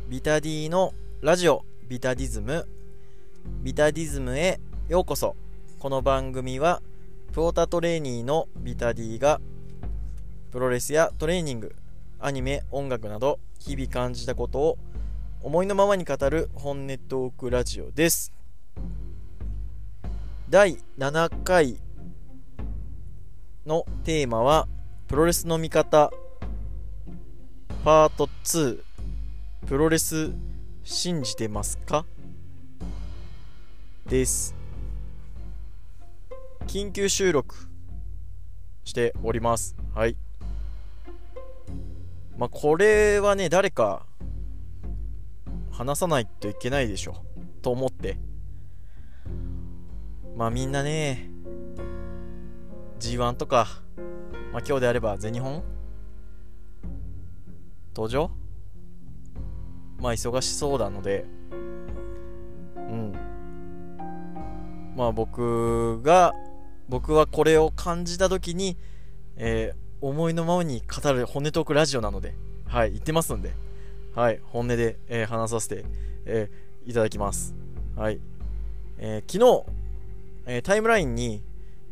ビタディのラジオビタディズムへようこそ。この番組はプオタトレーニーのビタディがプロレスやトレーニング、アニメ、音楽など日々感じたことを思いのままに語る本音トークラジオです。第7回のテーマはプロレスの見方パート2、プロレス信じてますかです。緊急収録しております。はい。これはね、誰か話さないといけないでしょと思って、みんなね G1 とか、今日であれば全日本登場忙しそうなので、僕はこれを感じた時に、思いのままに語る本音トークラジオなので、言ってますんで、本音で、話させて、いただきます。昨日、タイムラインに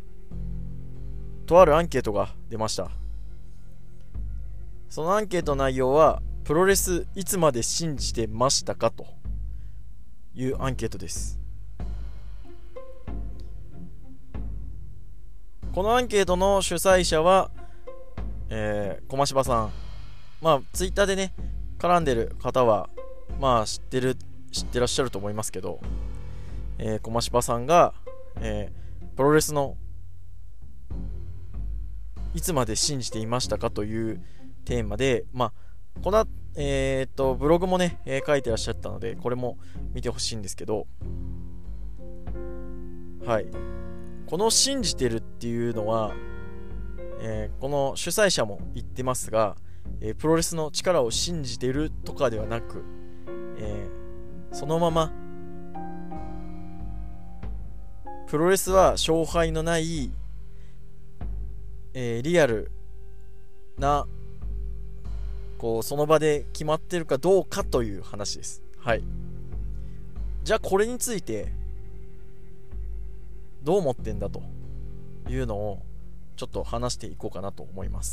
とあるアンケートが出ました。そのアンケートの内容は、プロレスいつまで信じてましたかというアンケートです。このアンケートの主催者は、駒柴さん。ツイッターでね絡んでる方は知ってらっしゃると思いますけど、駒柴さんが、プロレスのいつまで信じていましたかというテーマで、このブログもね、書いてらっしゃったので、これも見てほしいんですけど、この信じてるっていうのは、この主催者も言ってますが、プロレスの力を信じてるとかではなく、そのままプロレスは勝敗のない、リアルなその場で決まってるかどうかという話です。じゃあこれについてどう思ってんだというのをちょっと話していこうかなと思います。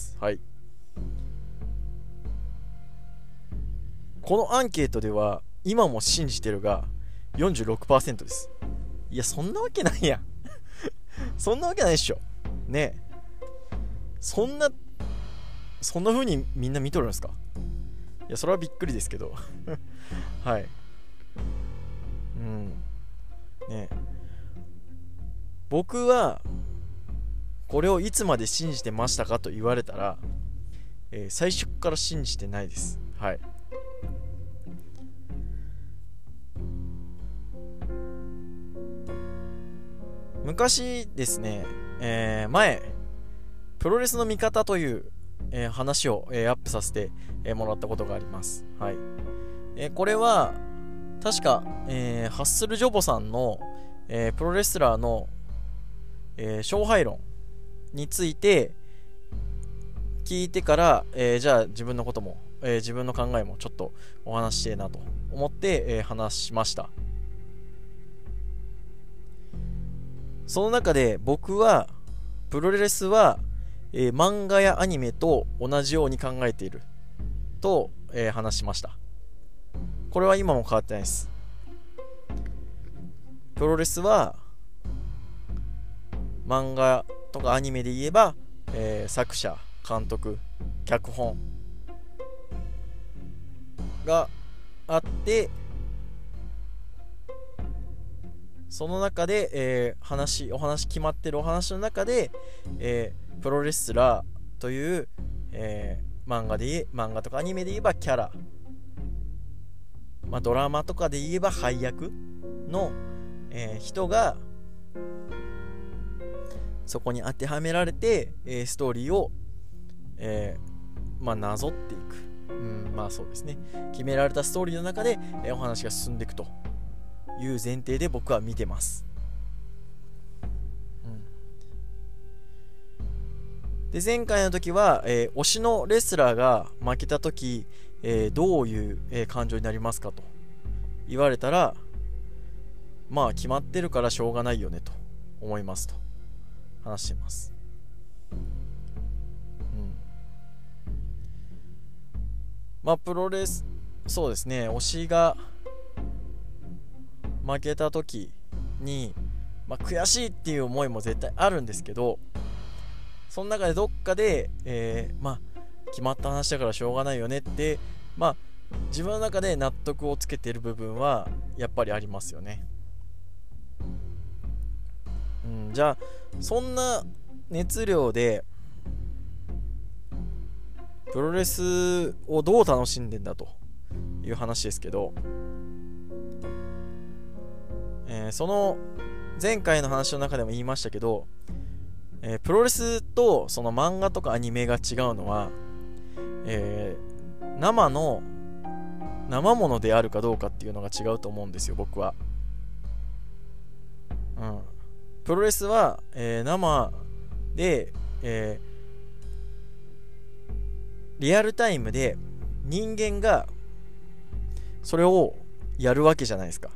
このアンケートでは今も信じてるが 46% です。いや、そんなわけないやんそんなわけないでしょねえ。そんな風にみんな見とるんですか？いや、それはびっくりですけどね、僕はこれをいつまで信じてましたかと言われたら、最初から信じてないです。昔ですね、前プロレスの見方という、話を、アップさせて、もらったことがあります。これは確か、ハッスルジョボさんの、プロレスラーの、勝敗論について聞いてから、じゃあ自分のことも、自分の考えもちょっとお話ししてえなと思って、話しました。その中で僕はプロレスは、漫画やアニメと同じように考えていると、話しました。これは今も変わってないです。プロレスは漫画とかアニメで言えば、作者、監督、脚本があって、その中で、お話決まってるお話の中で、プロレスラーという、漫画とかアニメで言えばキャラ、ドラマとかで言えば配役の、人がそこに当てはめられて、ストーリーを、なぞっていく、そうですね、決められたストーリーの中で、お話が進んでいくという前提で僕は見てます。で、前回の時は、推しのレスラーが負けた時、 どういう、感情になりますかと言われたら、まあ決まってるからしょうがないよねと思いますと話しています。まあプロレス、そうですね、推しが負けた時に、まあ、悔しいっていう思いも絶対あるんですけど、その中でどっかで、まあ決まった話だからしょうがないよねって、まあ自分の中で納得をつけている部分はやっぱりありますよね。じゃあそんな熱量でプロレスをどう楽しんでんだという話ですけど、その前回の話の中でも言いましたけど、プロレスとその漫画とかアニメが違うのは、生ものであるかどうかっていうのが違うと思うんですよ、僕は。プロレスは、生で、リアルタイムで人間がそれをやるわけじゃないですか。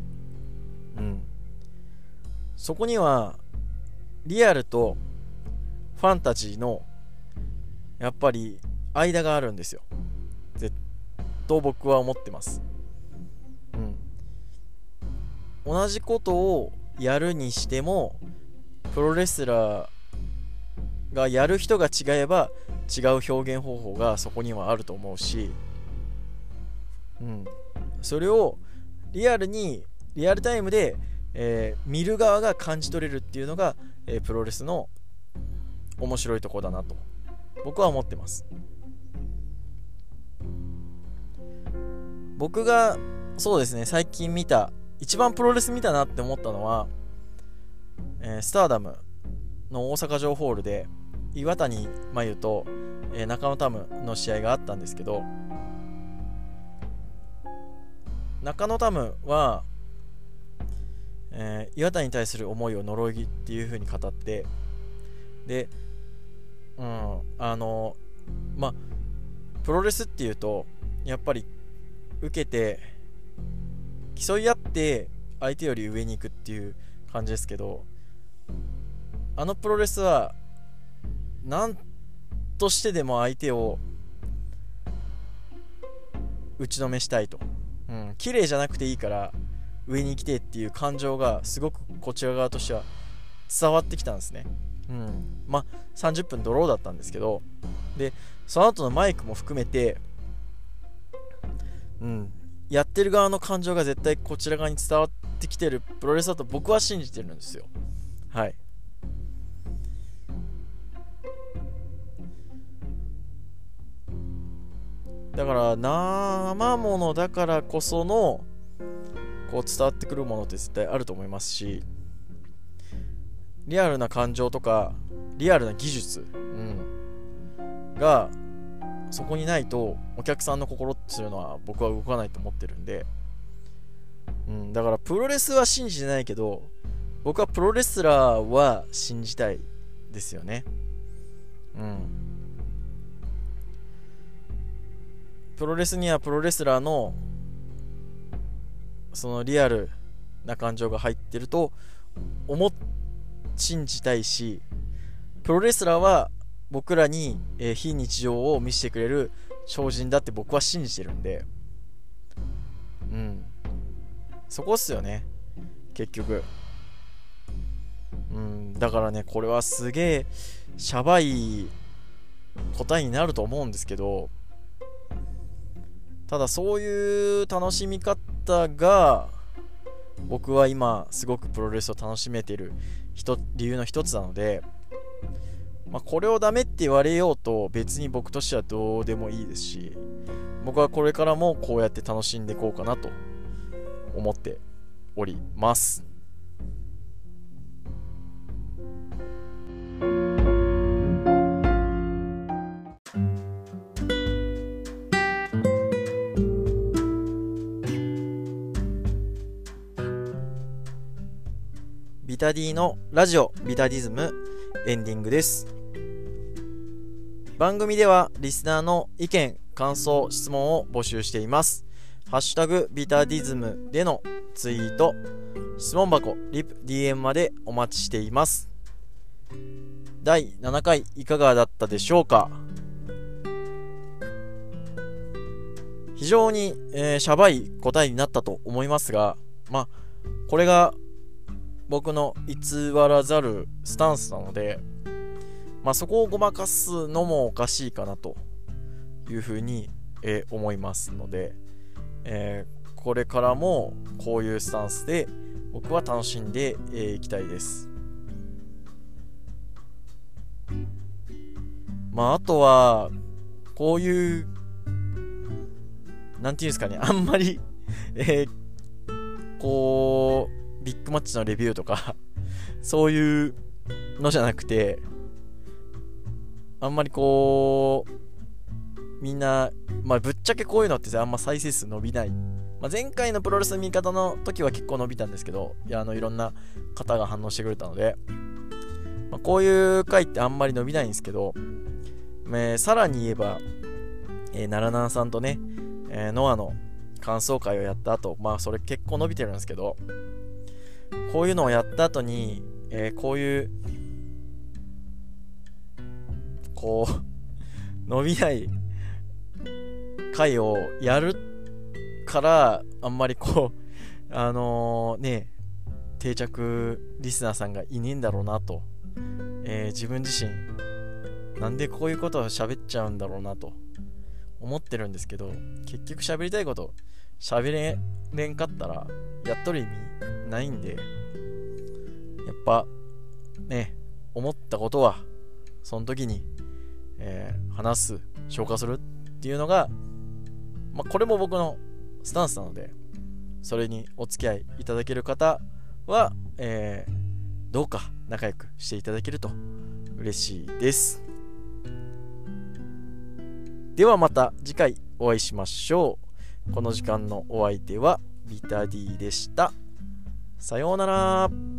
そこにはリアルとファンタジーのやっぱり間があるんですよ、と僕は思ってます。同じことをやるにしてもプロレスラーがやる人が違えば違う表現方法がそこにはあると思うし、それをリアルタイムで、見る側が感じ取れるっていうのが、プロレスの面白いところだなと僕は思ってます。僕がそうですね、最近一番プロレス見たなって思ったのは、スターダムの大阪城ホールで岩谷真由と、中野タムの試合があったんですけど、中野タムは、岩谷に対する思いを呪いっていう風に語って、で、まあプロレスっていうとやっぱり受けて競い合って相手より上に行くっていう感じですけど、プロレスは何としてでも相手を打ちのめしたいと、綺麗じゃなくていいから上に来てっていう感情がすごくこちら側としては伝わってきたんですね。まあ30分ドローだったんですけど、でその後のマイクも含めて、やってる側の感情が絶対こちら側に伝わってきてるプロレスだと僕は信じてるんですよ。はい。だから生ものだからこそのこう伝わってくるものって絶対あると思いますし、リアルな感情とかリアルな技術、がそこにないとお客さんの心っていうのは僕は動かないと思ってるんで、だからプロレスは信じてないけど僕はプロレスラーは信じたいですよね。プロレスにはプロレスラーのそのリアルな感情が入ってると信じたいし、プロレスラーは僕らに、非日常を見せてくれる超人だって僕は信じてるんで、そこっすよね結局。だからね、これはすげえシャバい答えになると思うんですけど、ただそういう楽しみ方が僕は今すごくプロレスを楽しめている理由の一つなので、これをダメって言われようと別に僕としてはどうでもいいですし、僕はこれからもこうやって楽しんでいこうかなと思っております。ビタディのラジオビタディズムエンディングです。番組ではリスナーの意見感想、質問を募集しています。ハッシュタグビタディズムでのツイート、質問箱、リプ、DM までお待ちしています。第7回いかがだったでしょうか。非常に、シャバい答えになったと思いますが、これが僕の偽らざるスタンスなので、そこをごまかすのもおかしいかなというふうに、思いますので、これからもこういうスタンスで僕は楽しんでいきたいです。あとはこういうなんていうんですかね、あんまりこうビッグマッチのレビューとかそういうのじゃなくて、あんまりこうみんなぶっちゃけこういうのってあんま再生数伸びない。前回のプロレスの見方の時は結構伸びたんですけど、いろんな方が反応してくれたので、こういう回ってあんまり伸びないんですけど、さらに言えば、奈良南さんとね、ノアの感想会をやった後、それ結構伸びてるんですけど、こういうのをやった後に、こういう伸びない回をやるからあんまり定着リスナーさんがいねえんだろうなと、自分自身なんでこういうことを喋っちゃうんだろうなと思ってるんですけど、結局喋りたいこと喋れんかったらやっとる意味ないんで、やっぱね、思ったことはその時に、話す、消化するっていうのが、これも僕のスタンスなので、それにお付き合いいただける方は、どうか仲良くしていただけると嬉しいです。ではまた次回お会いしましょう。この時間のお相手はビタディでした。さようなら。